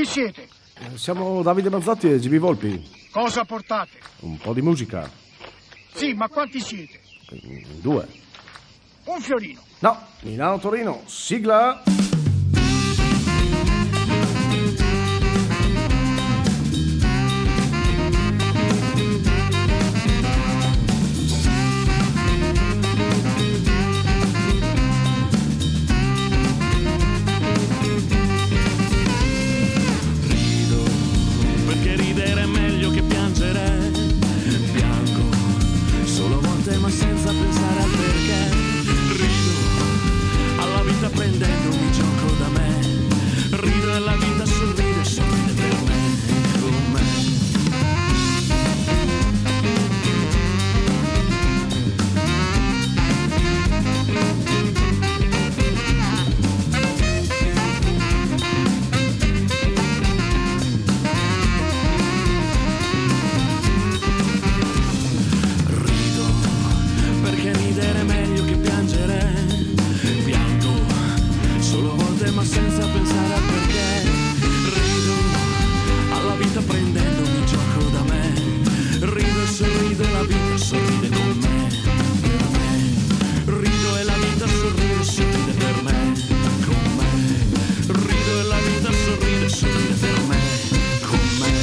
Chi siete? Siamo Davide Mazzotti e GB Volpi. Cosa portate? Un po' di musica. Sì, ma quanti siete? 2. Un fiorino. No, Milano-Torino, sigla! Senza pensare al perché rido alla vita prendendomi gioco da me, rido e la vita sorride, sorride per me, con me. Ma senza pensare al perché rido alla vita prendendomi gioco da me, rido e sorrido e la vita sorride con me, per me, rido e la vita sorride, sorride per me, con me, rido e la vita sorride, sorride per me, con me.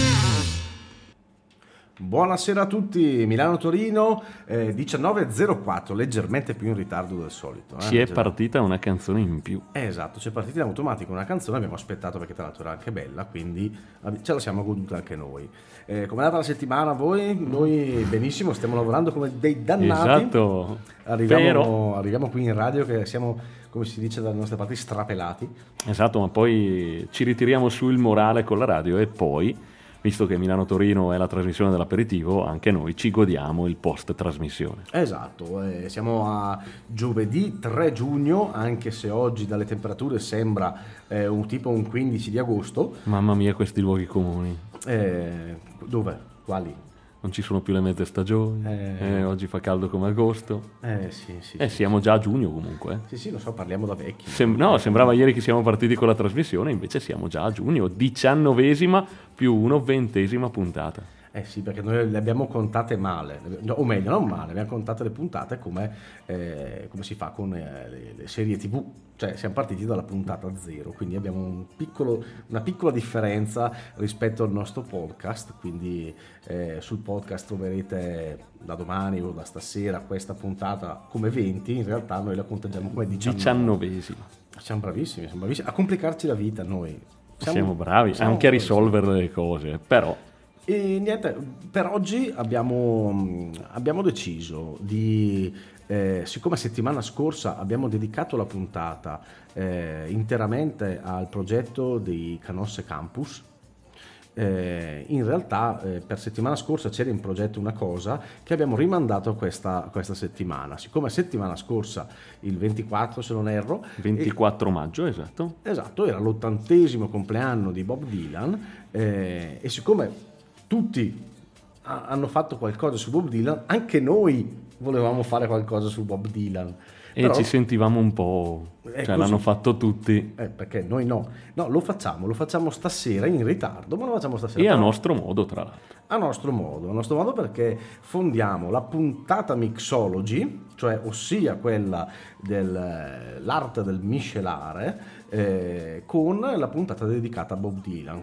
Buonasera a tutti, Milano-Torino, 19.04, leggermente più in ritardo del solito. Ci è partita una canzone in più. Esatto, ci è partita in automatico una canzone, abbiamo aspettato perché tra l'altro era anche bella, quindi ce la siamo goduta anche noi. Com'è andata la settimana a voi? Noi benissimo, stiamo lavorando come dei dannati. Esatto. Arriviamo qui in radio che siamo, come si dice dalle nostre parti, strapelati. Esatto, ma poi ci ritiriamo su il morale con la radio e poi, visto che Milano-Torino è la trasmissione dell'aperitivo, anche noi ci godiamo il post-trasmissione. Esatto, siamo a giovedì 3 giugno, anche se oggi dalle temperature sembra un 15 di agosto. Mamma mia, questi luoghi comuni. Dove? Quali? Non ci sono più le mezze stagioni, oggi fa caldo come agosto. Sì. Siamo già a giugno comunque. Sì, lo so, parliamo da vecchi. Sembrava ieri che siamo partiti con la trasmissione, invece siamo già a giugno, 19ª più 1 20ª puntata. Sì, perché noi le abbiamo contate male, o meglio, non male, abbiamo contate le puntate come si fa con le serie TV, cioè siamo partiti dalla puntata 0, quindi abbiamo una piccola differenza rispetto al nostro podcast, quindi sul podcast troverete da domani o da stasera questa puntata come 20, in realtà noi la conteggiamo come 19ª. Siamo bravissimi a complicarci la vita noi. Siamo bravi anche a risolvere le cose, però... E niente, per oggi abbiamo deciso di, siccome settimana scorsa abbiamo dedicato la puntata interamente al progetto di Canosse Campus, in realtà per settimana scorsa c'era in progetto una cosa che abbiamo rimandato questa settimana. Siccome settimana scorsa, il 24 se non erro, 24 maggio, esatto, era l'80° compleanno di Bob Dylan, e siccome tutti hanno fatto qualcosa su Bob Dylan, anche noi volevamo fare qualcosa su Bob Dylan. E però, ci sentivamo un po', l'hanno fatto tutti. Perché noi no, lo facciamo stasera in ritardo, ma lo facciamo stasera. E a nostro modo, tra l'altro. A nostro modo perché fondiamo la puntata Mixology, cioè ossia quella dell'arte del miscelare, con la puntata dedicata a Bob Dylan.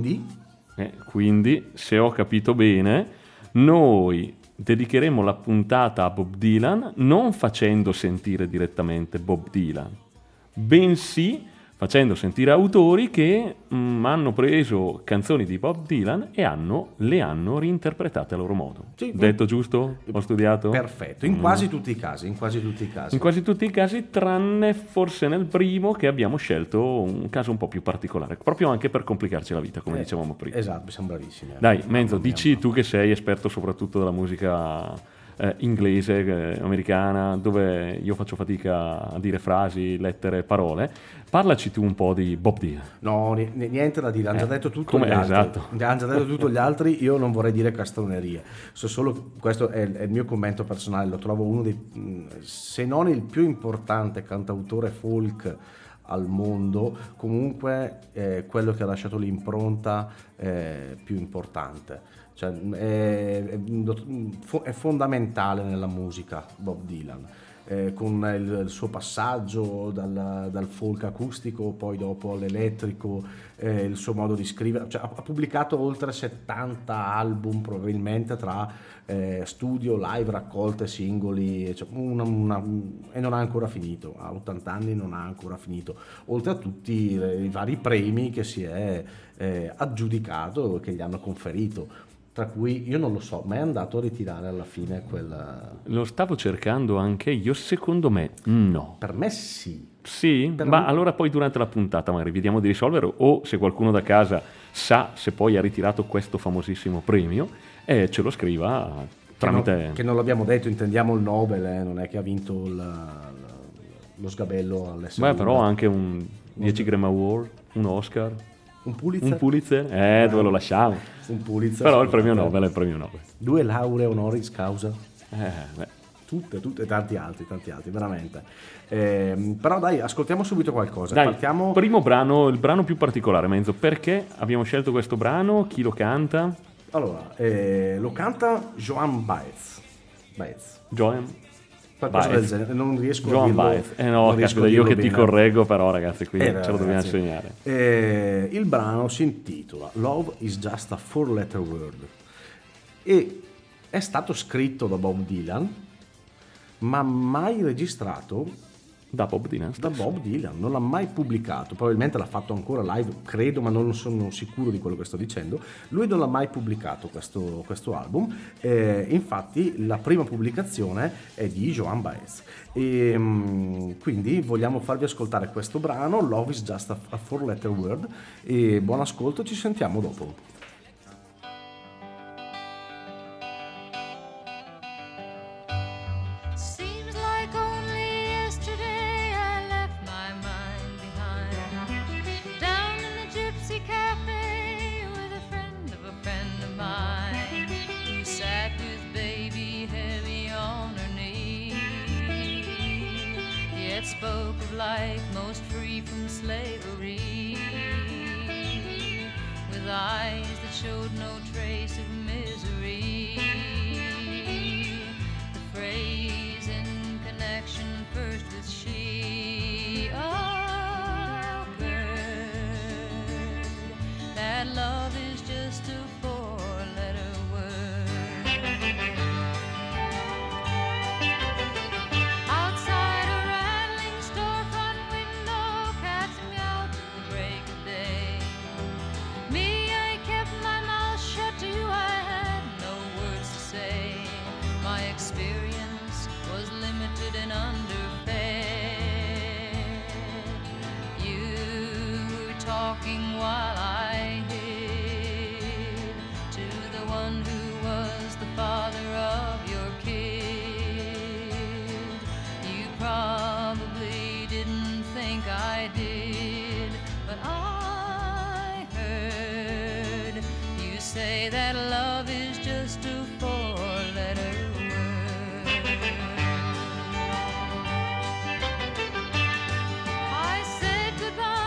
Quindi, se ho capito bene, noi dedicheremo la puntata a Bob Dylan non facendo sentire direttamente Bob Dylan, bensì facendo sentire autori che hanno preso canzoni di Bob Dylan e le hanno reinterpretate a loro modo. Sì, detto giusto? Ho studiato? Perfetto, in quasi tutti i casi. In quasi tutti i casi, tranne forse nel primo, che abbiamo scelto un caso un po' più particolare, proprio anche per complicarci la vita, come dicevamo prima. Esatto, siamo bravissimi. Dai, Menzo, dici tu che sei esperto soprattutto della musica inglese, americana, dove io faccio fatica a dire frasi, lettere, parole. Parlaci tu un po' di Bob Dylan. No, niente da dire, hanno già detto tutto gli altri. Esatto. Hanno già detto tutto gli altri, io non vorrei dire castronerie. Solo questo è il mio commento personale, lo trovo uno dei, se non il più importante cantautore folk al mondo, comunque quello che ha lasciato l'impronta più importante. Cioè, è fondamentale nella musica Bob Dylan, con il suo passaggio dal folk acustico poi dopo all'elettrico, il suo modo di scrivere, cioè, ha pubblicato oltre 70 album probabilmente tra studio, live, raccolte, singoli, cioè e non ha ancora finito, a 80 anni non ha ancora finito, oltre a tutti i vari premi che si è aggiudicato, che gli hanno conferito. Tra cui io non lo so, ma è andato a ritirare alla fine quel... Lo stavo cercando anche io, secondo me no. Per me sì. Sì? Ma allora poi durante la puntata magari vediamo di risolvere, o se qualcuno da casa sa se poi ha ritirato questo famosissimo premio, ce lo scriva tramite... Che non l'abbiamo detto, intendiamo il Nobel, non è che ha vinto lo sgabello all'essere. Beh, però anche un 10 Grammy Award, un Oscar... Un Pulitzer? Un Pulitzer? Dove lo lasciamo? Un Pulitzer. Però il premio Nobel è il premio Nobel. 2 lauree honoris causa. Beh. Tutte, tanti altri, veramente. Però dai, ascoltiamo subito qualcosa. Dai, Partiamo... primo brano, il brano più particolare, Menzo. Perché abbiamo scelto questo brano? Chi lo canta? Allora, lo canta Joan Baez. Joan Qualcosa del genere, non riesco Joan a dirlo. Baez. No, caspita, io che ti correggo, però ragazzi, qui ce lo dobbiamo insegnare. Il brano si intitola Love is just a 4-letter word e è stato scritto da Bob Dylan, ma mai registrato da Bob Dylan. Non l'ha mai pubblicato, probabilmente l'ha fatto ancora live, credo, ma non sono sicuro di quello che sto dicendo. Lui non l'ha mai pubblicato questo album, infatti la prima pubblicazione è di Joan Baez. E quindi vogliamo farvi ascoltare questo brano, Love is just a 4-letter word, e buon ascolto, ci sentiamo dopo. Spoke of life most free from slavery, with eyes that showed no trace of misery. The phrase in connection first with she occurred, that love is just a 4-letter word. Talking while I hid to the one who was the father of your kid. You probably didn't think I did, but I heard you say that love is just a 4-letter word. I said goodbye,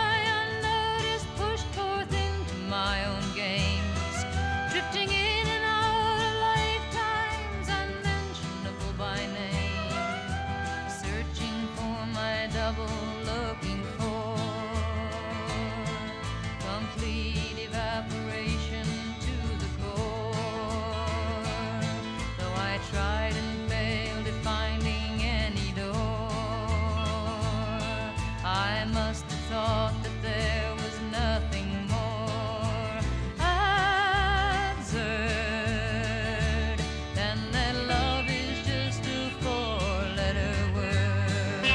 drifting in and out of lifetimes unmentionable by name, searching for my double, looking for complete evaporation to the core. Though I tried and failed at finding any door, I must have thought that there was nothing more than that love is just a 4-letter word.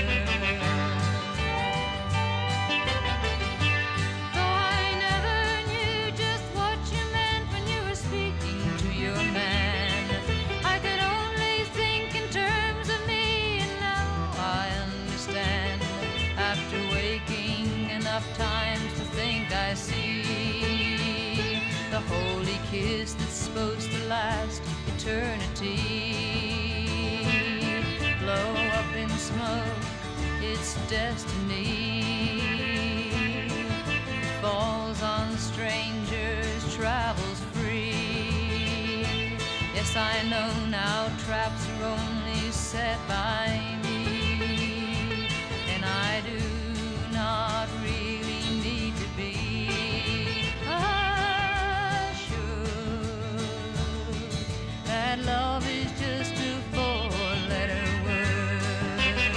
Though I never knew just what you meant when you were speaking to your man, I could only think in terms of me, and now I understand. After waking enough times to think I see the holy kiss that's supposed to last eternity, blow up in smoke, it's destiny. Yes, I know now traps are only set by me, and I do not really need to be assured that love is just a four-letter word.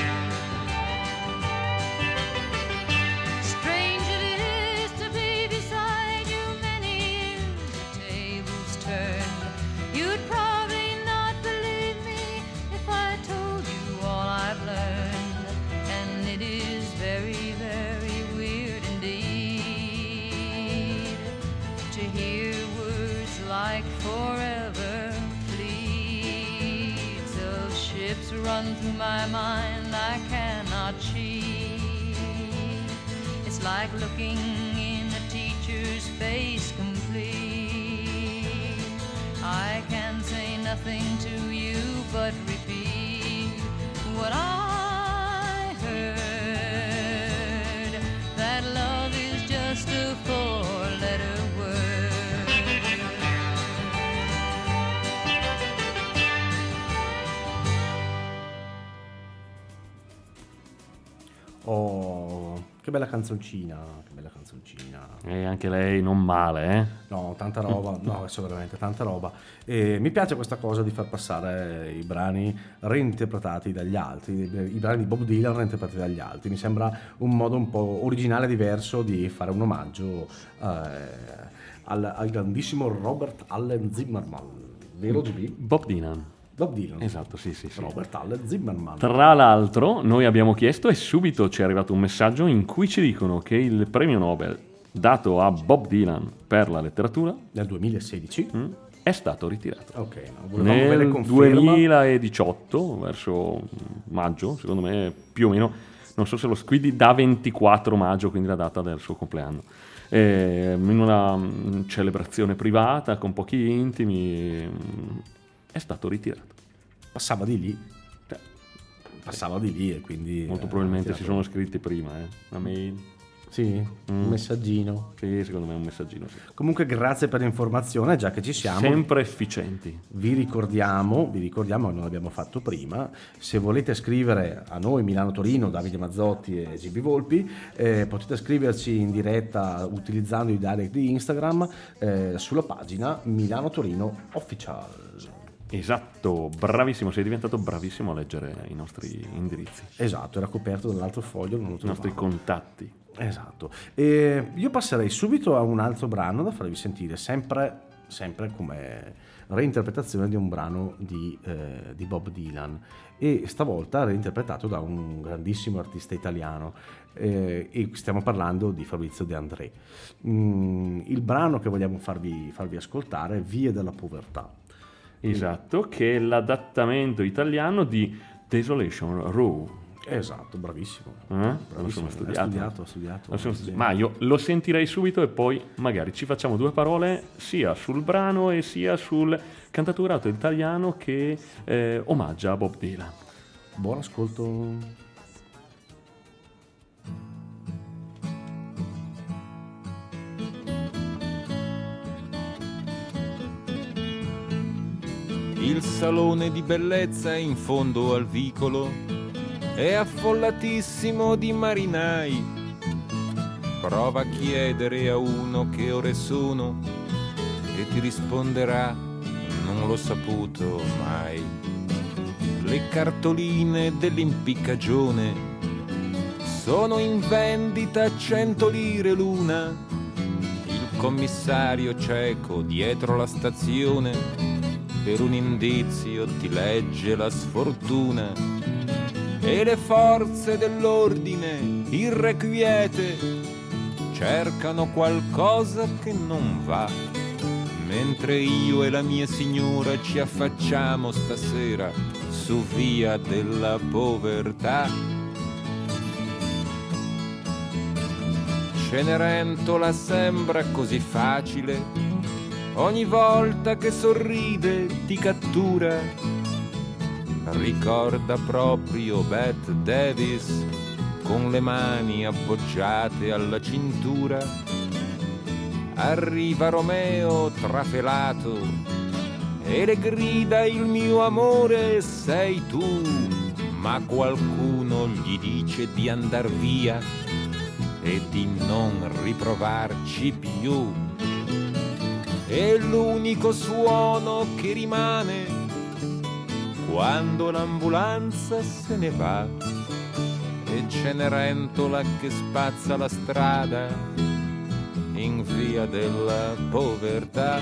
Strange it is to be beside you many years, the tables turned. You'd probably not believe me if I told you all I've learned, and it is very, very weird indeed to hear words like forever. Fleets of ships run through my mind I cannot cheat. It's like looking in a teacher's face complete. I can say nothing to you but repeat what I heard, that love is just a four-letter word. Oh, che bella canzoncina, che bella canzoncina. E anche lei non male, eh? No, tanta roba, no, adesso veramente tanta roba. E mi piace questa cosa di far passare i brani reinterpretati dagli altri, i brani di Bob Dylan reinterpretati dagli altri. Mi sembra un modo un po' originale e diverso di fare un omaggio al grandissimo Robert Allen Zimmerman, vero GB? Bob Dylan. Bob Dylan. Esatto, sì. Robert Allen Zimmerman. Tra l'altro, noi abbiamo chiesto e subito ci è arrivato un messaggio in cui ci dicono che il premio Nobel dato a Bob Dylan per la letteratura Nel 2016. è stato ritirato. Ok, no, volevamo avere Nel conferma. 2018, verso maggio, secondo me più o meno, non so se lo quindi da 24 maggio, quindi la data del suo compleanno. In una celebrazione privata con pochi intimi è stato ritirato. Passava di lì e quindi Molto probabilmente si ritirato. sono scritti prima, una mail. Sì, un messaggino. Sì, secondo me è un messaggino. Sì. Comunque grazie per l'informazione, già che ci siamo. Sempre efficienti. Vi ricordiamo, non l'abbiamo fatto prima, se volete scrivere a noi Milano Torino, Davide Mazzotti e GB Volpi, potete scriverci in diretta utilizzando i direct di Instagram sulla pagina Milano Torino Official. Esatto, bravissimo, sei diventato bravissimo a leggere i nostri indirizzi, Esatto, era coperto dall'altro foglio, non lo i nostri trovavo. contatti. Esatto. E io passerei subito a un altro brano da farvi sentire, sempre come reinterpretazione di un brano di Bob Dylan, e stavolta reinterpretato da un grandissimo artista italiano, e stiamo parlando di Fabrizio De André. Il brano che vogliamo farvi ascoltare è Vie della povertà. Esatto, che è l'adattamento italiano di Desolation Row. Esatto, bravissimo. Lo Bravissimo. sono Ho studiato. Ma io lo sentirei subito e poi magari ci facciamo due parole sia sul brano e sia sul cantautorato italiano che omaggia a Bob Dylan. Buon ascolto. Il salone di bellezza in fondo al vicolo è affollatissimo di marinai. Prova a chiedere a uno che ore sono e ti risponderà: non l'ho saputo mai. Le cartoline dell'impiccagione sono in vendita a 100 lire l'una. Il commissario cieco dietro la stazione per un indizio ti legge la sfortuna, e le forze dell'ordine irrequiete cercano qualcosa che non va, mentre io e la mia signora ci affacciamo stasera su Via della Povertà. Cenerentola sembra così facile, ogni volta che sorride ti cattura. Ricorda proprio Bette Davis con le mani appoggiate alla cintura. Arriva Romeo trafelato e le grida il mio amore sei tu, ma qualcuno gli dice di andar via e di non riprovarci più. E l'unico suono che rimane quando l'ambulanza se ne va e Cenerentola che spazza la strada in via della povertà.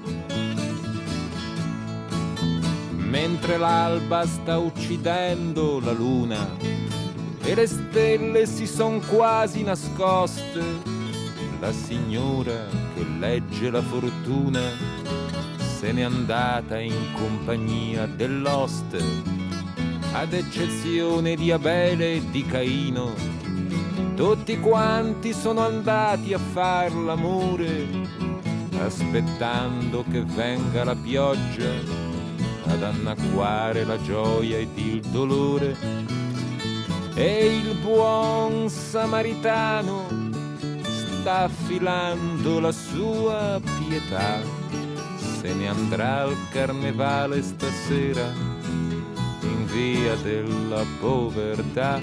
Mentre l'alba sta uccidendo la luna e le stelle si son quasi nascoste, la signora che legge la fortuna se n'è andata in compagnia dell'oste, ad eccezione di Abele e di Caino. Tutti quanti sono andati a far l'amore, aspettando che venga la pioggia ad annacquare la gioia ed il dolore. E il buon samaritano sta affilando la sua pietà, se ne andrà al carnevale stasera in via della povertà.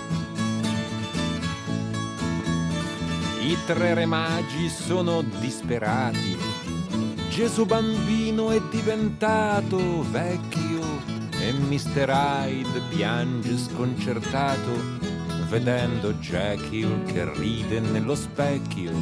I tre re magi sono disperati, Gesù bambino è diventato vecchio e Mr. Hyde piange sconcertato vedendo Jekyll che ride nello specchio.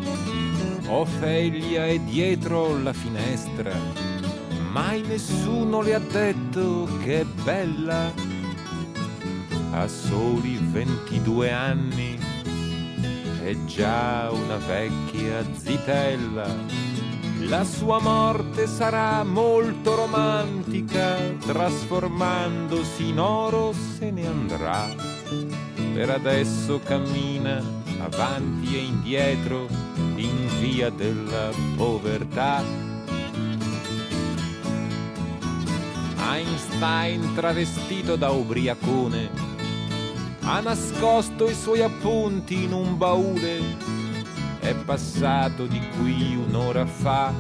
Ofelia è dietro la finestra, mai nessuno le ha detto che è bella. Ha soli 22 anni, è già una vecchia zitella. La sua morte sarà molto romantica, trasformandosi in oro se ne andrà. Per adesso cammina avanti e indietro in via della povertà. Einstein travestito da ubriacone ha nascosto i suoi appunti in un baule. È passato di qui un'ora fa,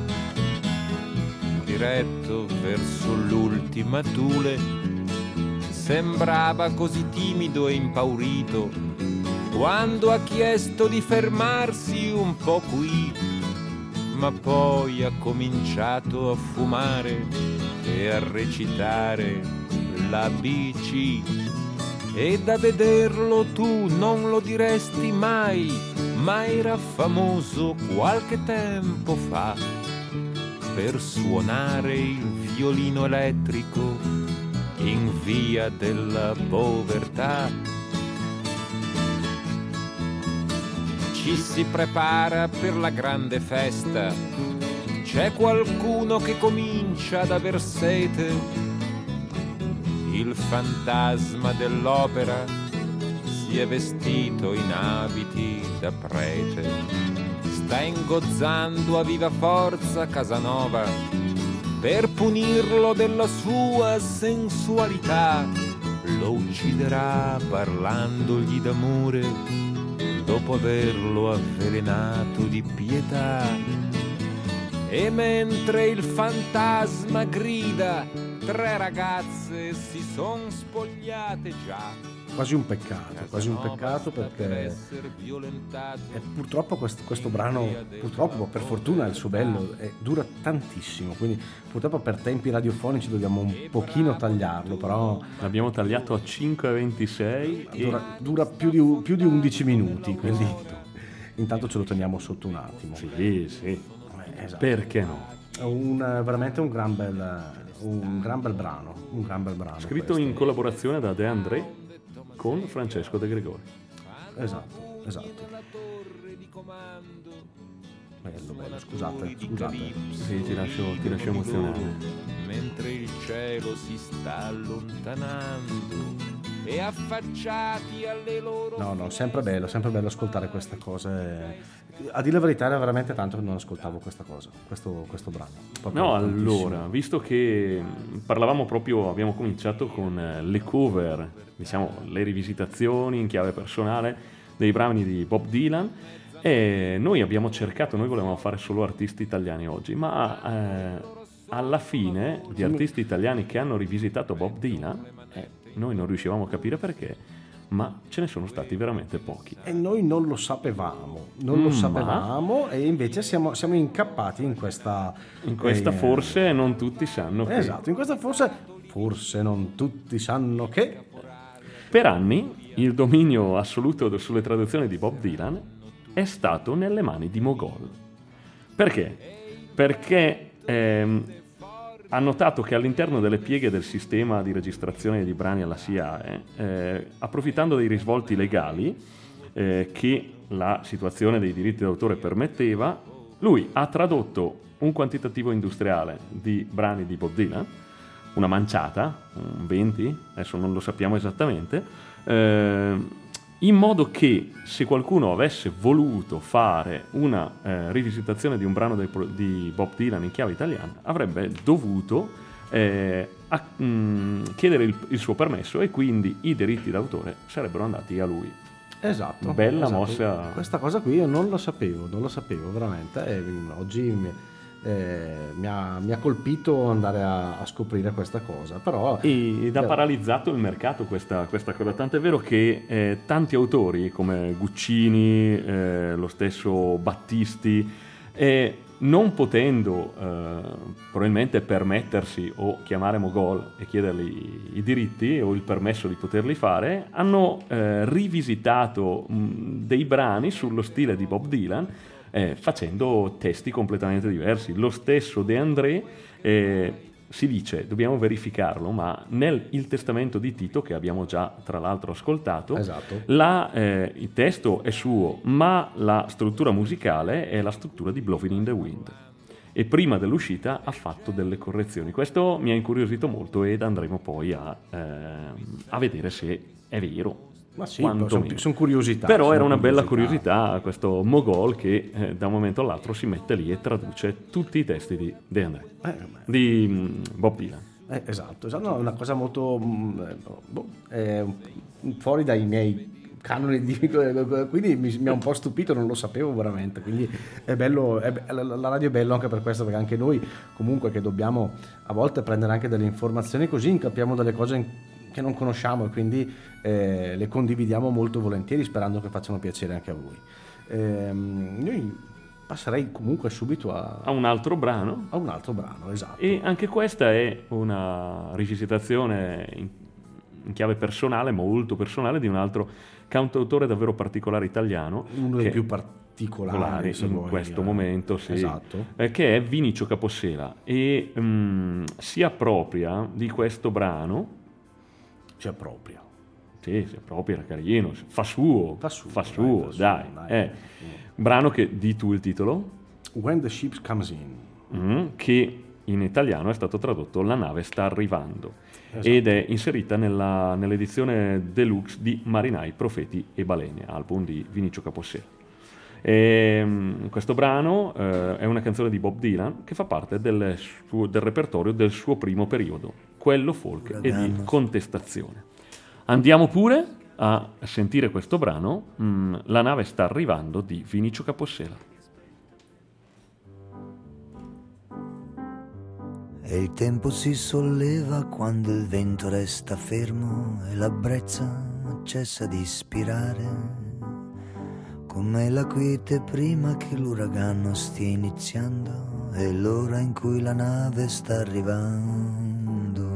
diretto verso l'ultima Thule. Sembrava così timido e impaurito quando ha chiesto di fermarsi un po' qui, ma poi ha cominciato a fumare e a recitare l'ABC. E da vederlo tu non lo diresti mai, ma era famoso qualche tempo fa per suonare il violino elettrico in via della povertà. Ci si prepara per la grande festa, c'è qualcuno che comincia ad aver sete. Il fantasma dell'opera si è vestito in abiti da prete, sta ingozzando a viva forza Casanova per punirlo della sua sensualità. Lo ucciderà parlandogli d'amore dopo averlo avvelenato di pietà. E mentre il fantasma grida, 3 ragazze si son spogliate già. Quasi un peccato perché purtroppo questo brano, purtroppo per fortuna il suo bello dura tantissimo, quindi purtroppo per tempi radiofonici dobbiamo un pochino tagliarlo, però l'abbiamo tagliato a 5:26 e dura più di 11 minuti, quindi intanto ce lo teniamo sotto un attimo. Sì. Esatto. Perché no? È veramente un gran bel brano, Scritto questo. in collaborazione da De André con Francesco De Gregori. Esatto. Bello, scusate. Sì, ti lascio emozionare. Mentre il cielo si sta allontanando e affacciati alle loro... No, sempre bello ascoltare queste cose. A dire la verità era veramente tanto che non ascoltavo questa cosa, questo brano. Proprio No, tantissimo. allora, visto che abbiamo cominciato con le cover, diciamo le rivisitazioni in chiave personale dei brani di Bob Dylan, e noi volevamo fare solo artisti italiani oggi, ma alla fine gli artisti italiani che hanno rivisitato Bob Dylan, noi non riuscivamo a capire perché, ma ce ne sono stati veramente pochi. E noi non lo sapevamo, e invece siamo incappati in questa Forse non tutti sanno che... Esatto, in questa forse non tutti sanno che... Per anni il dominio assoluto sulle traduzioni di Bob Dylan è stato nelle mani di Mogol. Perché? Perché ha notato che all'interno delle pieghe del sistema di registrazione di brani alla SIAE, approfittando dei risvolti legali che la situazione dei diritti d'autore permetteva, lui ha tradotto un quantitativo industriale di brani di Bob Dylan, una manciata, un 20, adesso non lo sappiamo esattamente, in modo che se qualcuno avesse voluto fare una rivisitazione di un brano di Bob Dylan in chiave italiana avrebbe dovuto chiedere il suo permesso e quindi i diritti d'autore sarebbero andati a lui. Esatto. Bella esatto. mossa. Questa cosa qui io non lo sapevo veramente, e oggi mi ha colpito andare a scoprire questa cosa, però ed ha paralizzato il mercato questa cosa, tant'è vero che tanti autori come Guccini, lo stesso Battisti, non potendo probabilmente permettersi o chiamare Mogol e chiedergli i diritti o il permesso di poterli fare, hanno rivisitato dei brani sullo stile di Bob Dylan, facendo testi completamente diversi. Lo stesso De André, si dice, dobbiamo verificarlo, ma il testamento di Tito, che abbiamo già tra l'altro ascoltato, esatto, il testo è suo, ma la struttura musicale è la struttura di Blowing in the Wind, e prima dell'uscita ha fatto delle correzioni. Questo mi ha incuriosito molto ed andremo poi a vedere se è vero. Ma sì, sono curiosità. Però era una bella curiosità questo Mogol che da un momento all'altro si mette lì e traduce tutti i testi di De André, di Bob Dylan. Esatto, no, è una cosa molto fuori dai miei canoni quindi mi ha un po' stupito, non lo sapevo veramente, quindi è bello, la radio è bello anche per questo, perché anche noi comunque che dobbiamo a volte prendere anche delle informazioni, così capiamo delle cose che non conosciamo e quindi le condividiamo molto volentieri, sperando che facciano piacere anche a voi. Noi passerei comunque subito a un altro brano. A un altro brano, esatto. E anche questa è una rivisitazione in chiave personale, molto personale, di un altro cantautore davvero particolare italiano. Uno dei più particolari in questo momento, sì, esatto. Che è Vinicio Capossela, e si appropria di questo brano. Si appropria. Sì, si appropria, era carino, fa suo, dai. Brano che, di tu il titolo? When the Ship Comes In. Che in italiano è stato tradotto La nave sta arrivando, esatto, ed è inserita nell'edizione deluxe di Marinai, Profeti e Balene, album di Vinicio Capossela. Questo brano è una canzone di Bob Dylan che fa parte del repertorio del suo primo periodo, quello folk e di contestazione. Andiamo pure a sentire questo brano, La nave sta arrivando, di Vinicio Capossela. E il tempo si solleva quando il vento resta fermo e la brezza cessa di spirare, come la quiete prima che l'uragano stia iniziando e l'ora in cui la nave sta arrivando.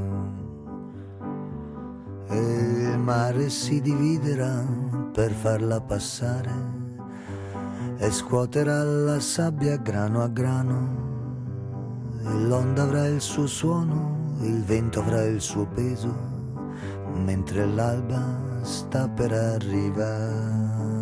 E il mare si dividerà per farla passare e scuoterà la sabbia grano a grano, e l'onda avrà il suo suono, il vento avrà il suo peso, mentre l'alba sta per arrivare.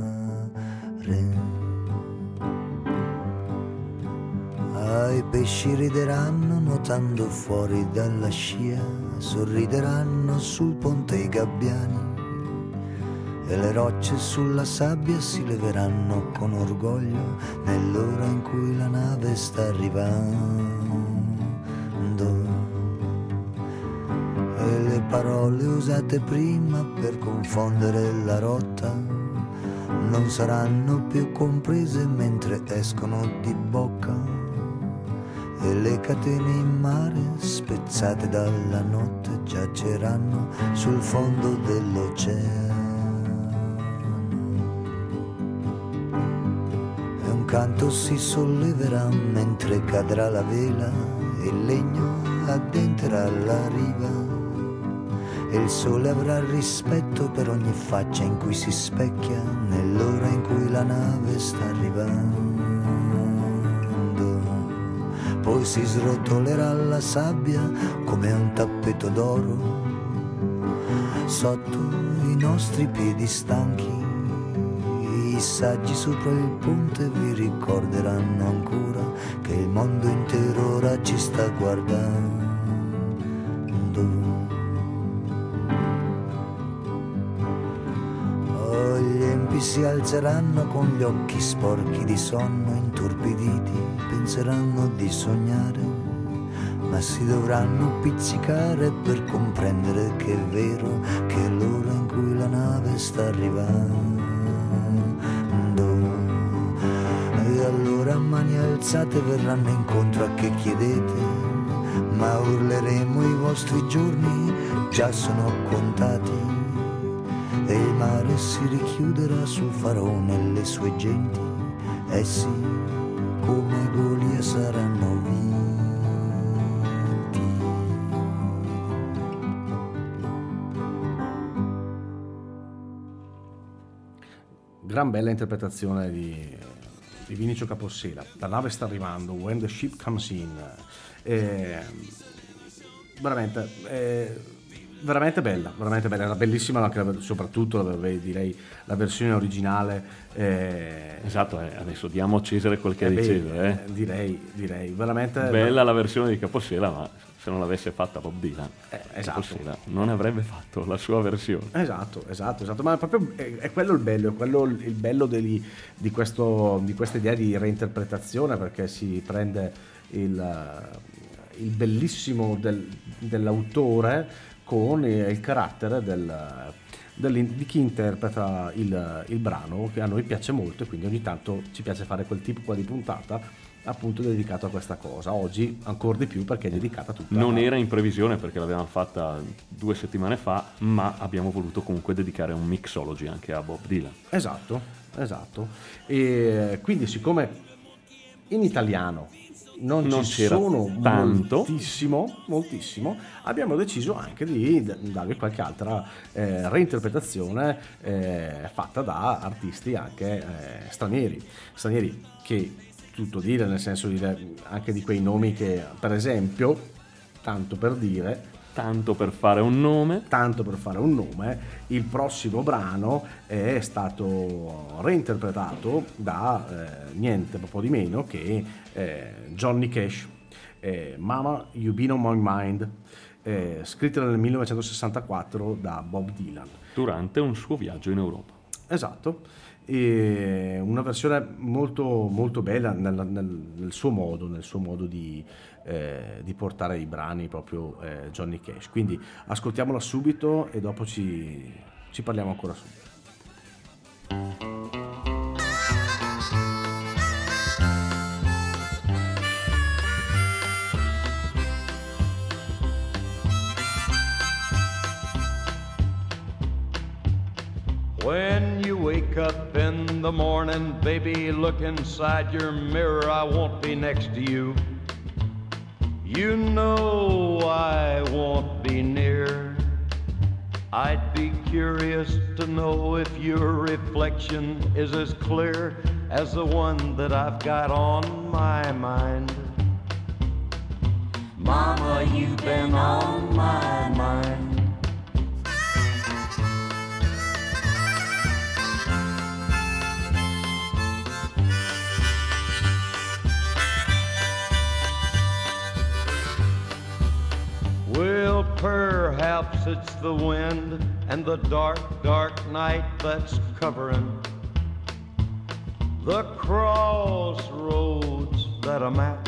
I pesci rideranno nuotando fuori dalla scia, sorrideranno sul ponte i gabbiani, e le rocce sulla sabbia si leveranno con orgoglio nell'ora in cui la nave sta arrivando. E le parole usate prima per confondere la rotta non saranno più comprese mentre escono di bocca, e le catene in mare, spezzate dalla notte, giaceranno sul fondo dell'oceano. E un canto si solleverà mentre cadrà la vela, e il legno addenterà la riva, e il sole avrà rispetto per ogni faccia in cui si specchia nell'ora in cui la nave sta arrivando. Poi si srotolerà la sabbia come un tappeto d'oro sotto i nostri piedi stanchi. I saggi sopra il ponte vi ricorderanno ancora che il mondo intero ora ci sta guardando. Gli empi si alzeranno con gli occhi sporchi di sonno, intorpiditi, penseranno di sognare, ma si dovranno pizzicare per comprendere che è vero che è l'ora in cui la nave sta arrivando. E allora a mani alzate verranno incontro a che chiedete, ma urleremo i vostri giorni già sono contati. E il mare si richiuderà sul faraone e le sue genti, essi come Golia saranno vinti. Gran bella interpretazione di Vinicio Capossela. La nave sta arrivando, When the Ship Comes In. Veramente bella, era bellissima anche soprattutto direi la versione originale. Esatto, adesso diamo a Cesare quel che è di Cesare. Direi veramente bella la versione di Capossela, ma se non l'avesse fatta Bob Dylan, esatto. Capossela non avrebbe fatto la sua versione. Esatto, ma proprio è quello il bello, il bello di questa idea di reinterpretazione, perché si prende il bellissimo dell'autore con il carattere di chi interpreta il brano, che a noi piace molto, e quindi ogni tanto ci piace fare quel tipo di puntata appunto dedicato a questa cosa. Oggi ancora di più perché è dedicata tutta. Non era in previsione perché l'avevamo fatta 2 settimane fa, ma abbiamo voluto comunque dedicare un mixology anche a Bob Dylan. Esatto. E quindi, siccome in italiano non ci sono tanto, moltissimo, abbiamo deciso anche di darvi qualche altra reinterpretazione fatta da artisti anche stranieri che, tutto dire, nel senso anche di quei nomi che, per esempio, tanto per fare un nome, il prossimo brano è stato reinterpretato da niente po' di meno che Johnny Cash, Mama You Been On My Mind, scritto nel 1964 da Bob Dylan durante un suo viaggio in Europa. Esatto. E una versione molto molto bella nel suo modo di portare i brani, proprio Johnny Cash. Quindi ascoltiamola subito e dopo ci parliamo ancora subito. When you wake up in the morning, baby, look inside your mirror. I won't be next to you. You know I won't be near. I'd be curious to know if your reflection is as clear as the one that I've got on my mind. Mama, you've been on my mind. Well, perhaps it's the wind and the dark, dark night that's covering the crossroads that I'm at.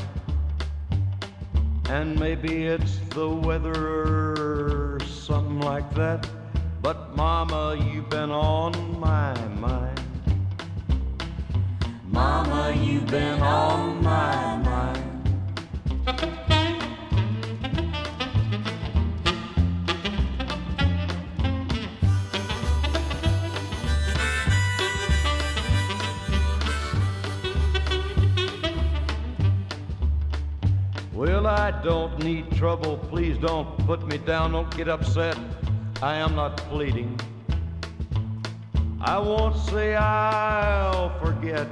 And maybe it's the weather or something like that. But Mama, you've been on my mind. Mama, you've been on my mind. I don't need trouble. Please don't put me down, don't get upset. I am not pleading. I won't say I'll forget,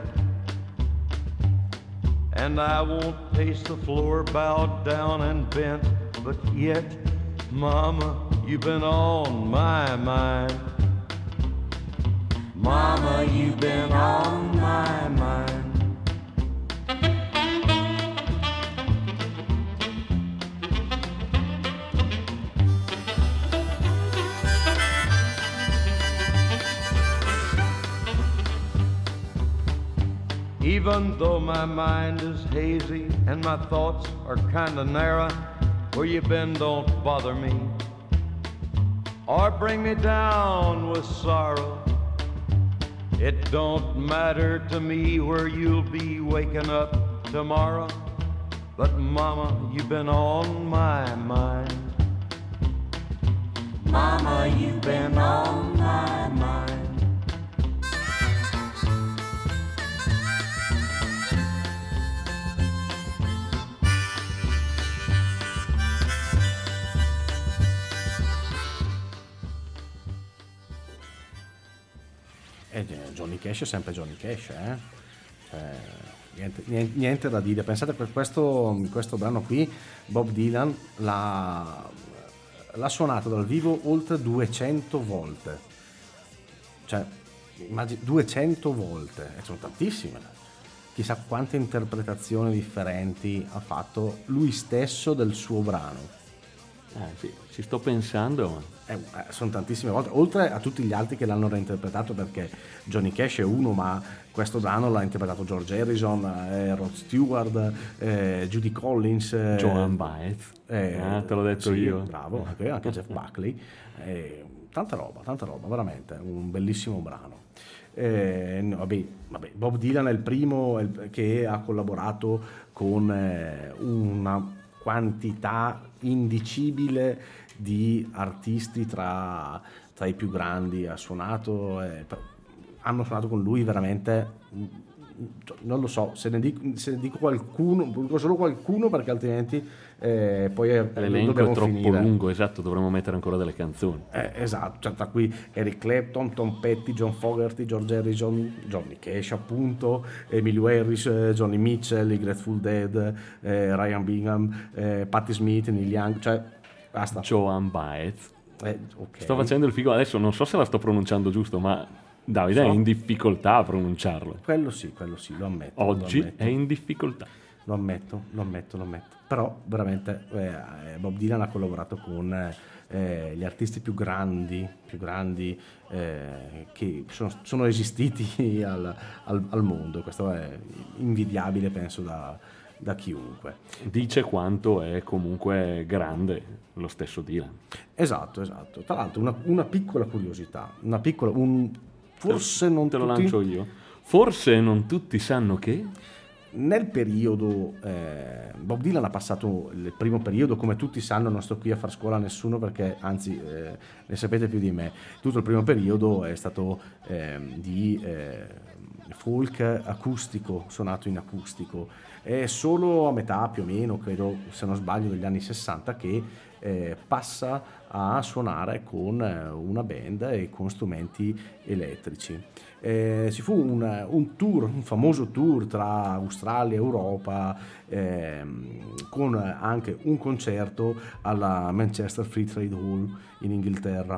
and I won't pace the floor bowed down and bent. But yet, Mama, you've been on my mind. Mama, you've been on my mind. Even though my mind is hazy and my thoughts are kinda narrow, where you been don't bother me or bring me down with sorrow. It don't matter to me where you'll be waking up tomorrow, but Mama, you've been on my mind. Mama, you've been on my mind. Johnny Cash è sempre Johnny Cash, Cioè, niente da dire. Pensate, per questo brano qui Bob Dylan l'ha suonato dal vivo oltre 200 volte, cioè 200 volte, e sono tantissime. Chissà quante interpretazioni differenti ha fatto lui stesso del suo brano. Sì, ci sto pensando. Sono tantissime volte, oltre a tutti gli altri che l'hanno reinterpretato, perché Johnny Cash è uno, ma questo brano l'ha interpretato George Harrison, Rod Stewart, Judy Collins, Joan Baez, te l'ho detto sì, io. Bravo, anche Jeff Buckley, tanta roba, veramente un bellissimo brano. Vabbè, Bob Dylan è il primo che ha collaborato con una quantità indicibile di artisti tra i più grandi. Ha suonato, hanno suonato con lui veramente, non lo so, se ne dico qualcuno, dico solo qualcuno, perché altrimenti poi l'elenco è troppo lungo. Esatto, dovremmo mettere ancora delle canzoni. Esatto, cioè, tra cui Eric Clapton, Tom Petty, John Fogerty, George Harrison, Johnny Cash appunto, Emilio Harris, Johnny Mitchell, i Grateful Dead, Ryan Bingham, Patti Smith, Neil Young, cioè basta. Joan Baez. Okay. Sto facendo il figo adesso, non so se la sto pronunciando giusto, ma Davide è in difficoltà a pronunciarlo. Quello sì, lo ammetto. Oggi lo ammetto. è in difficoltà. Lo ammetto. Però veramente Bob Dylan ha collaborato con gli artisti più grandi che sono esistiti al mondo. Questo è invidiabile, penso, da chiunque. Dice quanto è comunque grande lo stesso Dylan. Esatto. Tra l'altro una piccola curiosità, forse non te lo tutti... lancio io. Forse non tutti sanno che nel periodo Bob Dylan ha passato il primo periodo, come tutti sanno, non sto qui a far scuola a nessuno, perché anzi ne sapete più di me. Tutto il primo periodo è stato di folk acustico, suonato in acustico. È solo a metà, più o meno, credo, se non sbaglio, degli anni 60 che passa a suonare con una band e con strumenti elettrici. Ci fu un famoso tour tra Australia e Europa, con anche un concerto alla Manchester Free Trade Hall in Inghilterra.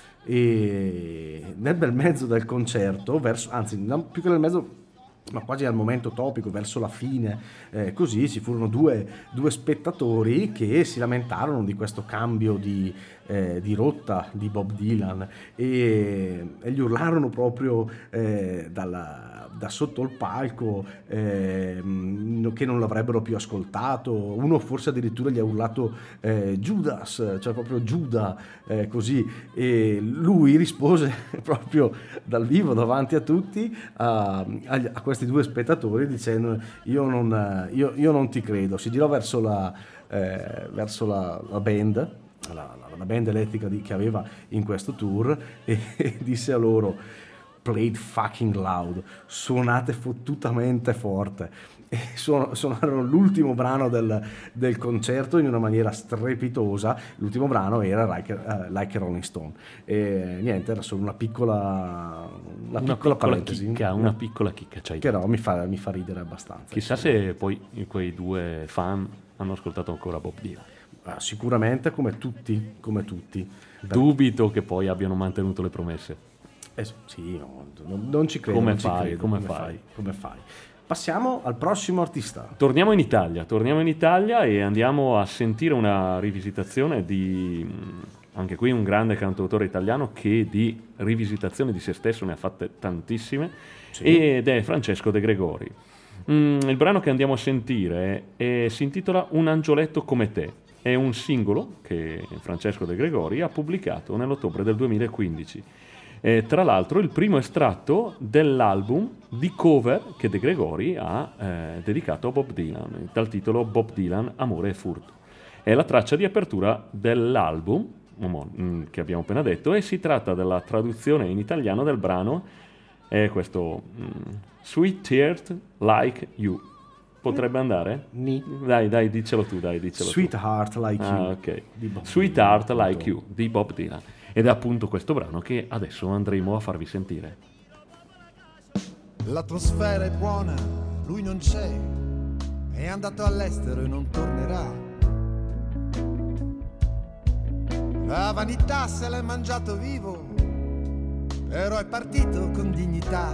E nel bel mezzo del concerto, più che nel mezzo, ma quasi al momento topico, verso la fine, così ci furono due spettatori che si lamentarono di questo cambio di rotta di Bob Dylan e gli urlarono proprio da sotto il palco che non l'avrebbero più ascoltato. Uno forse addirittura gli ha urlato Judas, cioè proprio Giuda, così, e lui rispose proprio dal vivo davanti a tutti a questi due spettatori dicendo io non ti credo. Si girò verso la band, la band elettrica che aveva in questo tour, e disse a loro: "Played fucking loud", suonate fottutamente forte. e suonarono l'ultimo brano del concerto in una maniera strepitosa. L'ultimo brano era Like a Rolling Stone, e niente, era solo una piccola parentesi, una piccola chicca, cioè, che però mi fa ridere abbastanza. Chissà se poi quei due fan hanno ascoltato ancora Bob Dylan. Sicuramente, come tutti. Dubito che poi abbiano mantenuto le promesse. Sì, non ci credo. Come fai? Passiamo al prossimo artista. Torniamo in Italia e andiamo a sentire una rivisitazione di, anche qui, un grande cantautore italiano che di rivisitazioni di se stesso ne ha fatte tantissime, ed è Francesco De Gregori. Il brano che andiamo a sentire si intitola Un angioletto come te. È un singolo che Francesco De Gregori ha pubblicato nell'ottobre del 2015. Tra l'altro il primo estratto dell'album di cover che De Gregori ha dedicato a Bob Dylan, dal titolo Bob Dylan, Amore e Furto. È la traccia di apertura dell'album che abbiamo appena detto, e si tratta della traduzione in italiano del brano, è questo Sweet Heart Like You. Potrebbe andare? Dai, diccelo tu. Sweetheart Like You. Ok. Sweetheart Like You di Bob Dylan. Ed è appunto questo brano che adesso andremo a farvi sentire. L'atmosfera è buona, lui non c'è, è andato all'estero e non tornerà. La vanità se l'è mangiato vivo, però è partito con dignità.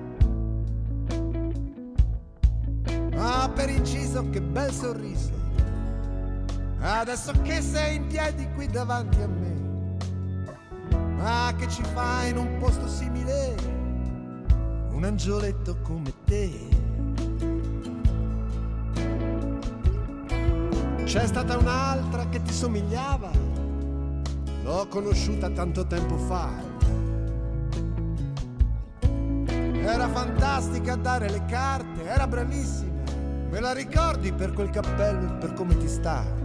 Ah, per inciso, che bel sorriso, adesso che sei in piedi qui davanti a me. Ma che ci fai in un posto simile, un angioletto come te? C'è stata un'altra che ti somigliava, l'ho conosciuta tanto tempo fa. Era fantastica a dare le carte, era bravissima, me la ricordi per quel cappello e per come ti sta?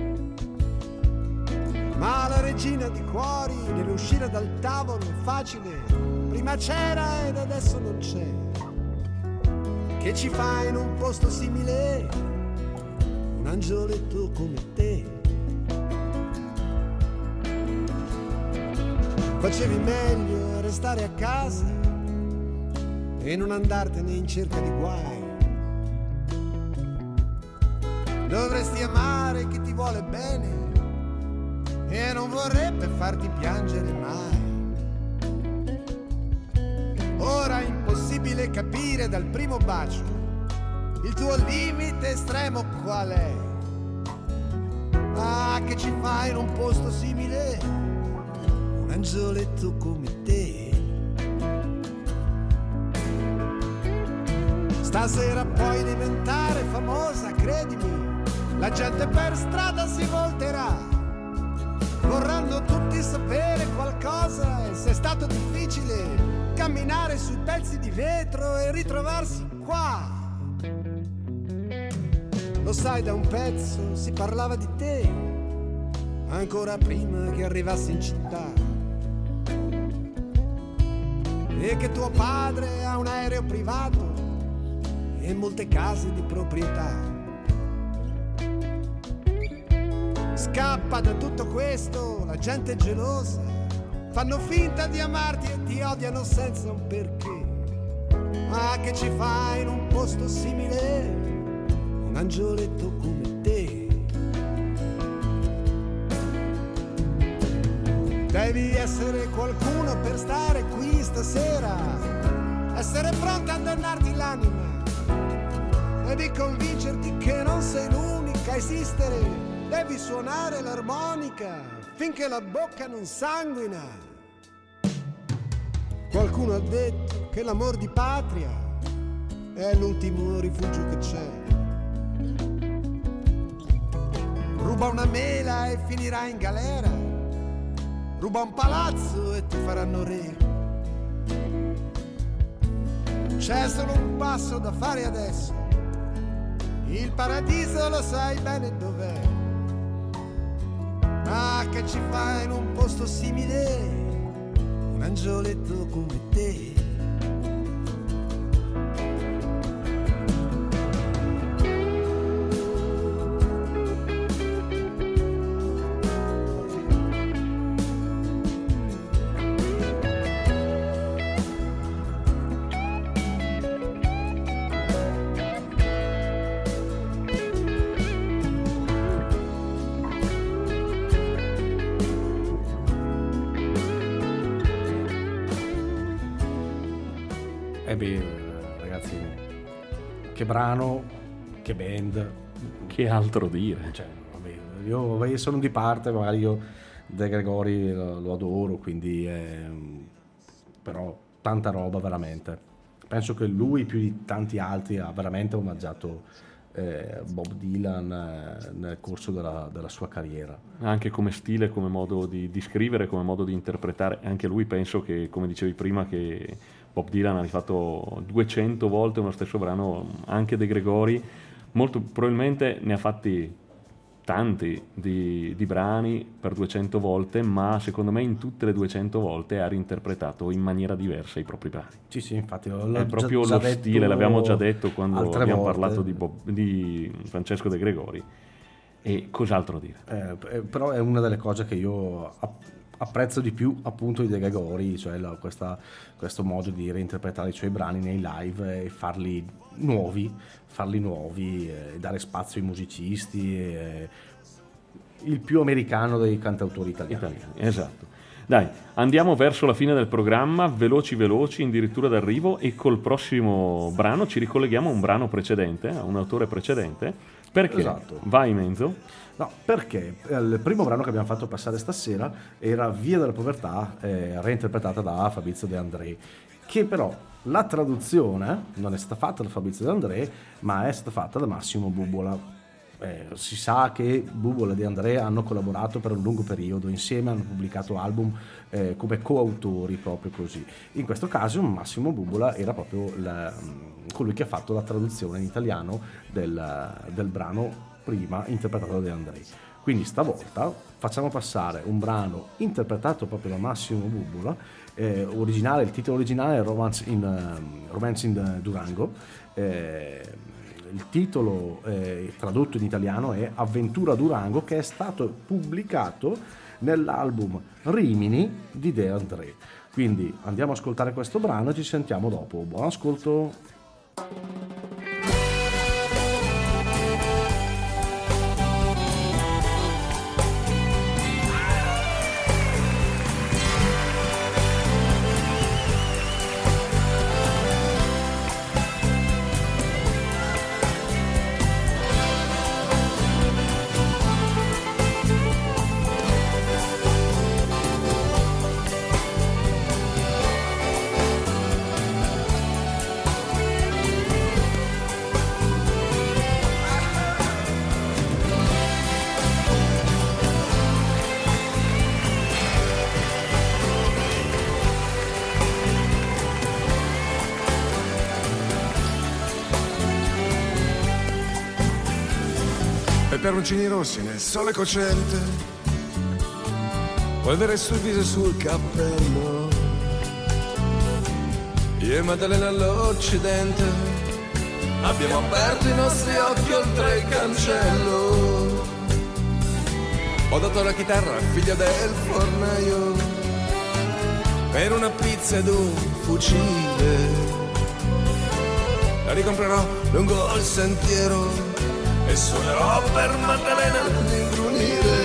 Ma la regina di cuori deve uscire dal tavolo, è facile, prima c'era ed adesso non c'è. Che ci fai in un posto simile, un angioletto come te? Facevi meglio a restare a casa e non andartene in cerca di guai. Dovresti amare chi ti vuole bene e non vorrebbe farti piangere mai. Ora è impossibile capire dal primo bacio il tuo limite estremo qual è. Ah, che ci fai in un posto simile, un angioletto come te? Stasera puoi diventare famosa, credimi, la gente per strada si volterà. Vorranno tutti sapere qualcosa e se è stato difficile camminare sui pezzi di vetro e ritrovarsi qua. Lo sai, da un pezzo si parlava di te, ancora prima che arrivassi in città. E che tuo padre ha un aereo privato e molte case di proprietà. Scappa da tutto questo, la gente è gelosa, fanno finta di amarti e ti odiano senza un perché. Ma che ci fai in un posto simile, un angioletto come te? Devi essere qualcuno per stare qui stasera, essere pronta a dannarti l'anima. Devi convincerti che non sei l'unica a esistere. Devi suonare l'armonica finché la bocca non sanguina. Qualcuno ha detto che l'amor di patria è l'ultimo rifugio che c'è. Ruba una mela e finirà in galera, ruba un palazzo e ti faranno re. C'è solo un passo da fare adesso, il paradiso lo sai bene dov'è. Ah, che ci fai in un posto simile, un angioletto come te? Ragazzi, che brano, che band. Che altro dire? Cioè, io sono di parte, magari io De Gregori lo adoro, quindi però tanta roba veramente. Penso che lui più di tanti altri ha veramente omaggiato Bob Dylan nel corso della sua carriera. Anche come stile, come modo di scrivere, come modo di interpretare. Anche lui, penso che, come dicevi prima, che Bob Dylan ha rifatto 200 volte uno stesso brano, anche De Gregori molto probabilmente ne ha fatti tanti di brani per 200 volte, ma secondo me in tutte le 200 volte ha reinterpretato in maniera diversa i propri brani. Sì, infatti è proprio lo stile, l'abbiamo già detto quando abbiamo parlato di Francesco De Gregori. E cos'altro dire? Però è una delle cose che io apprezzo di più, appunto, di De Gregori, cioè questo modo di reinterpretare i suoi brani nei live e farli nuovi, dare spazio ai musicisti, il più americano dei cantautori italiani. Esatto. Dai, andiamo verso la fine del programma, veloci, addirittura d'arrivo, e col prossimo brano ci ricolleghiamo a un brano precedente, a un autore precedente. Perché? Esatto. Vai, Menzo. No, perché il primo brano che abbiamo fatto passare stasera era Via della povertà, reinterpretata da Fabrizio De André, che però la traduzione non è stata fatta da Fabrizio De André, ma è stata fatta da Massimo Bubola. Si sa che Bubola e De André hanno collaborato per un lungo periodo insieme, hanno pubblicato album come coautori, proprio così. In questo caso Massimo Bubola era proprio colui che ha fatto la traduzione in italiano del brano prima interpretato da De André. Quindi stavolta facciamo passare un brano interpretato proprio da Massimo Bubola, il titolo originale è Romance in Durango, il titolo tradotto in italiano è Avventura Durango, che è stato pubblicato nell'album Rimini di De André. Quindi andiamo ad ascoltare questo brano e ci sentiamo dopo. Buon ascolto. Peperoncini rossi nel sole cocente, polvere sul viso e sul cappello. Io e Maddalena all'Occidente abbiamo aperto i nostri occhi oltre il cancello. Ho dato la chitarra al figlio del fornaio per una pizza ed un fucile. La ricomprerò lungo il sentiero e suonerò per Maddalena all'ingrunire.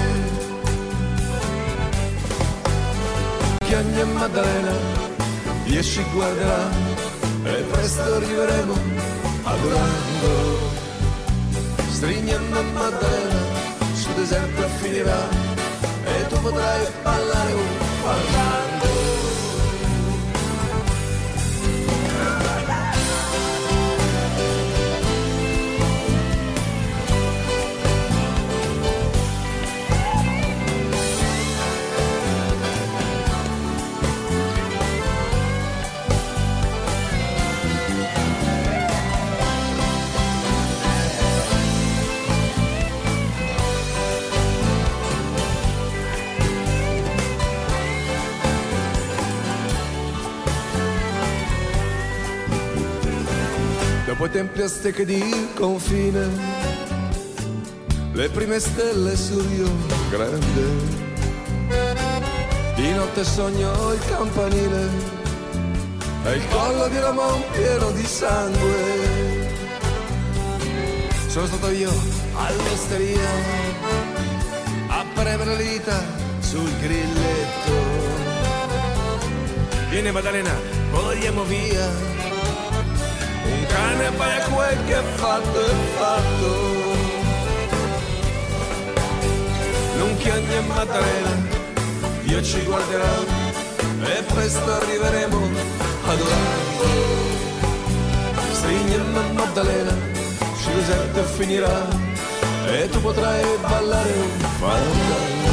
Chiagna e Maddalena, io ci guarderà e presto arriveremo a Durango. Strignando a Maddalena, sul deserto finirà e tu potrai ballare un fandango. Dopo templi azteche di confine, le prime stelle sul Rio Grande, di notte sogno il campanile e il collo di Ramon pieno di sangue. Sono stato io all'osteria a premere le dita sul grilletto. Vieni Maddalena, vogliamo via. un cane paia quel che è fatto. Non chiagni a Maddalena, Dio ci guarderà e presto arriveremo ad Orlando. Stringi a Maddalena, Giuseppe finirà e tu potrai ballare un fandango.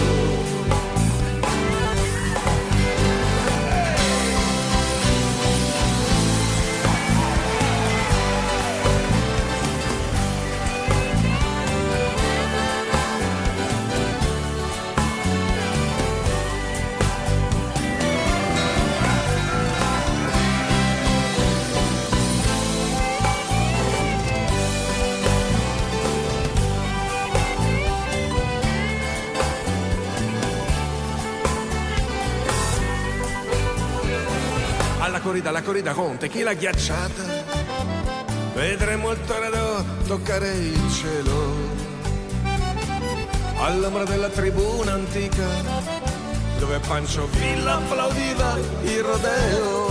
La corrida con tequila ghiacciata, vedremo il torero toccare il cielo all'ombra della tribuna antica dove Pancio Villa applaudiva il rodeo.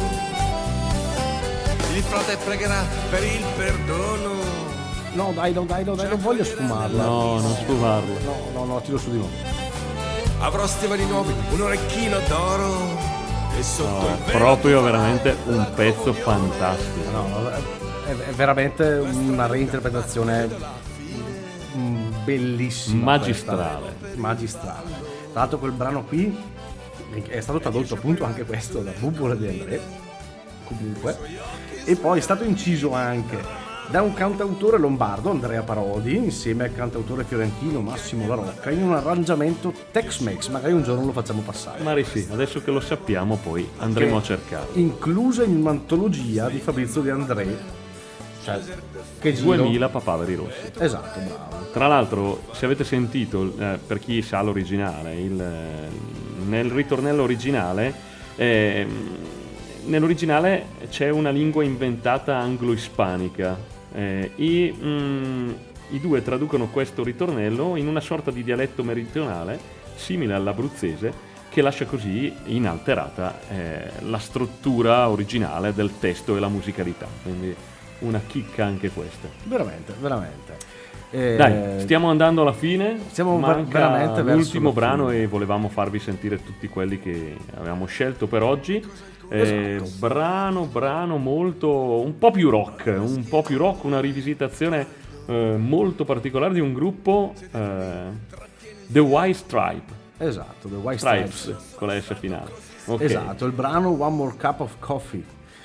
Il frate pregherà per il perdono. No, dai, non voglio sfumarla. No, non sfumarla. No, tiro su di nuovo. Avrò stivali nuovi, un orecchino d'oro. Proprio veramente un pezzo fantastico. No, è veramente una reinterpretazione bellissima, magistrale. Tra l'altro quel brano qui è stato tradotto appunto anche questo da Bubbole di André, comunque, e poi è stato inciso anche da un cantautore lombardo, Andrea Parodi, insieme al cantautore fiorentino Massimo La Rocca, in un arrangiamento Tex-Mex. Magari un giorno lo facciamo passare. Ma sì, adesso che lo sappiamo poi andremo a cercare. Inclusa in un'antologia di Fabrizio De André, cioè che giro. 2000 Papaveri Rossi. Esatto, bravo. Tra l'altro, se avete sentito, per chi sa l'originale, nel ritornello originale, nell'originale c'è una lingua inventata anglo-ispanica. I due traducono questo ritornello in una sorta di dialetto meridionale simile all'abruzzese, che lascia così inalterata la struttura originale del testo e la musicalità, quindi una chicca anche questa. Veramente. Dai, stiamo andando alla fine. Stiamo Manca veramente verso l'ultimo la brano fine. E volevamo farvi sentire tutti quelli che avevamo scelto per oggi. Esatto. Brano molto un po' più rock, una rivisitazione molto particolare di un gruppo, The White Stripe. Esatto, The White Stripes con la S finale. Okay. Esatto, il brano One More Cup of Coffee.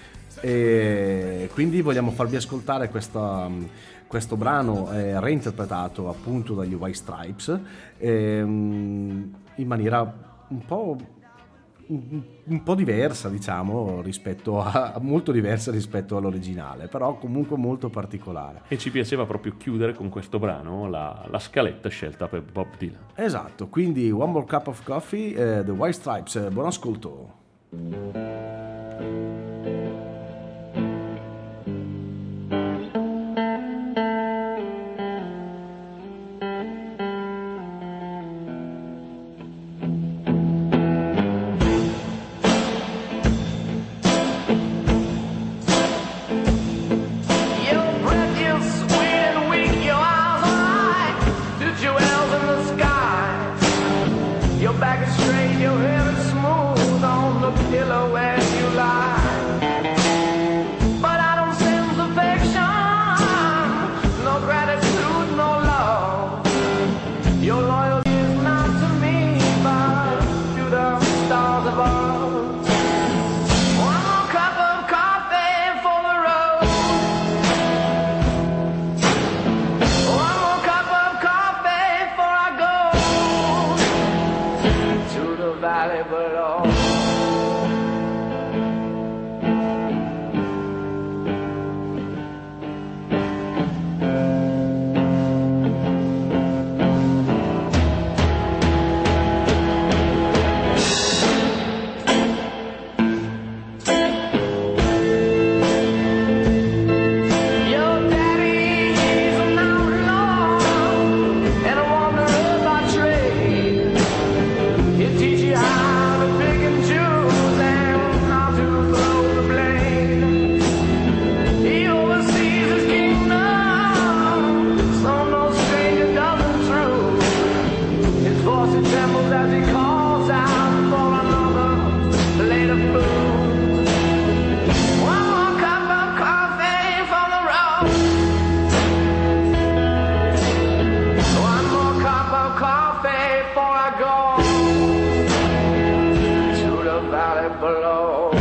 E quindi vogliamo farvi ascoltare questo brano reinterpretato appunto dagli White Stripes in maniera un po' diversa, diciamo, molto diversa rispetto all'originale, però comunque molto particolare. E ci piaceva proprio chiudere con questo brano la scaletta scelta per Bob Dylan. Esatto, quindi One More Cup of Coffee, The White Stripes, buon ascolto. valley below.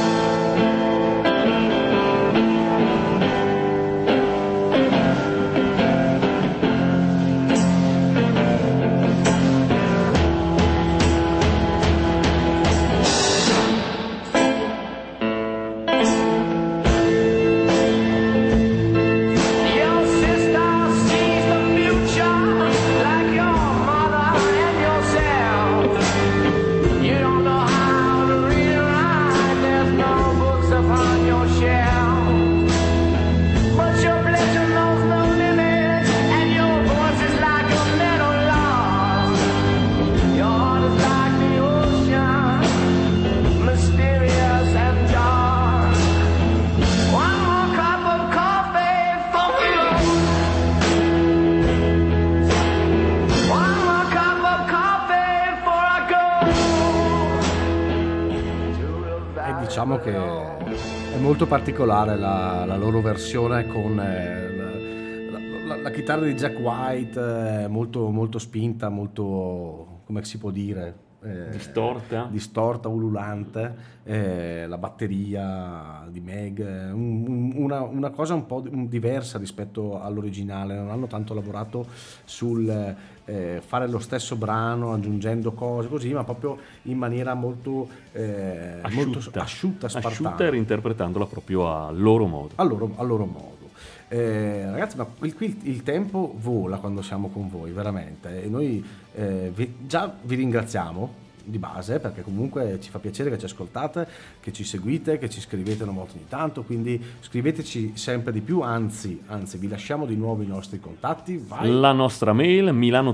Your sister sees the future like your mother and yourself. You don't know how to read or write, there's no books upon your shelf. But your pleasure knows no limit, and your voice is like a metal log. Your heart is like the ocean, mysterious and dark. One more cup of coffee for you. One more cup of coffee before I go. E diciamo che è molto particolare la loro versione con la chitarra di Jack White, molto, molto spinta, molto, come si può dire, distorta, ululante, la batteria di Meg, una cosa un po' diversa rispetto all'originale. Non hanno tanto lavorato sul fare lo stesso brano aggiungendo cose così, ma proprio in maniera molto asciutta, spartana, asciutta, e reinterpretandola proprio a loro modo. a loro modo. Ragazzi, ma qui il tempo vola quando siamo con voi, veramente, e noi già vi ringraziamo di base, perché comunque ci fa piacere che ci ascoltate, che ci seguite, che ci scrivete una volta ogni tanto, quindi scriveteci sempre di più, anzi vi lasciamo di nuovo i nostri contatti. Vai. La nostra mail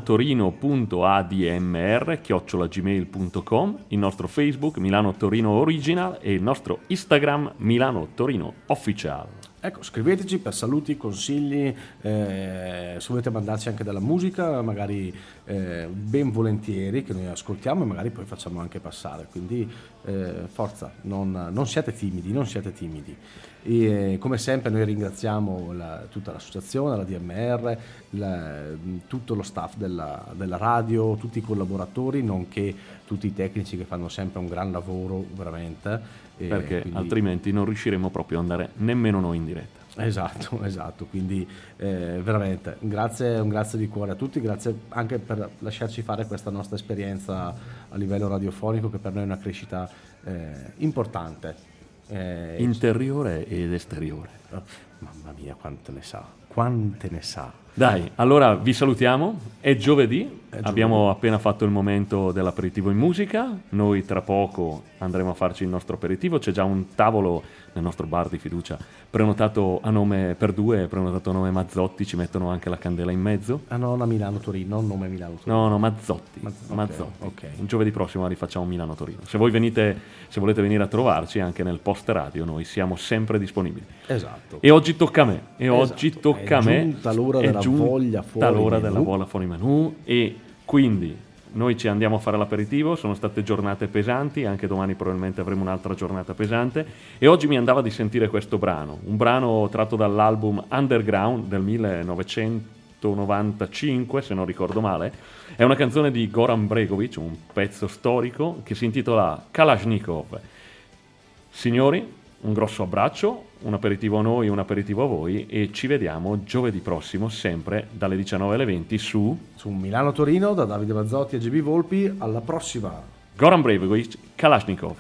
milanotorino.admr@gmail.com, il nostro Facebook Milano Torino Original e il nostro Instagram Milano Torino Official. Ecco, scriveteci per saluti, consigli, se volete mandarci anche della musica, magari ben volentieri, che noi ascoltiamo e magari poi facciamo anche passare, quindi forza, non siate timidi, E, come sempre noi ringraziamo tutta l'associazione, la DMR, tutto lo staff della radio, tutti i collaboratori, nonché tutti i tecnici che fanno sempre un gran lavoro, veramente. Perché quindi altrimenti non riusciremo proprio ad andare nemmeno noi in diretta. Esatto, quindi veramente un grazie di cuore a tutti, grazie anche per lasciarci fare questa nostra esperienza a livello radiofonico, che per noi è una crescita importante. Interiore ed esteriore. Mamma mia, quante ne sa. Dai, allora vi salutiamo, è giovedì, abbiamo appena fatto il momento dell'aperitivo in musica, noi tra poco andremo a farci il nostro aperitivo, c'è già un tavolo nel nostro bar di fiducia prenotato a nome per due, prenotato a nome Mazzotti, ci mettono anche la candela in mezzo. Ah no, Milano-Torino, non nome Milano-Torino. No, Mazzotti. Ok. Giovedì prossimo rifacciamo Milano-Torino. Se volete venire a trovarci anche nel post radio, noi siamo sempre disponibili. Esatto. E oggi tocca a me. È giunta l'ora della voglia fuori menù, e quindi noi ci andiamo a fare l'aperitivo. Sono state giornate pesanti, anche domani probabilmente avremo un'altra giornata pesante, e oggi mi andava di sentire questo brano, un brano tratto dall'album Underground del 1995, se non ricordo male. È una canzone di Goran Bregovic, un pezzo storico che si intitola Kalashnikov. Signori, un grosso abbraccio, un aperitivo a noi, un aperitivo a voi, e ci vediamo giovedì prossimo, sempre dalle 19 alle 20 su Milano-Torino, da Davide Mazzotti e GB Volpi. Alla prossima. Goran Bregovic, Kalashnikov.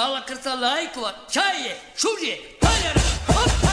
Bala kırsa layık var. Çayı, şuraya, hayır, hop.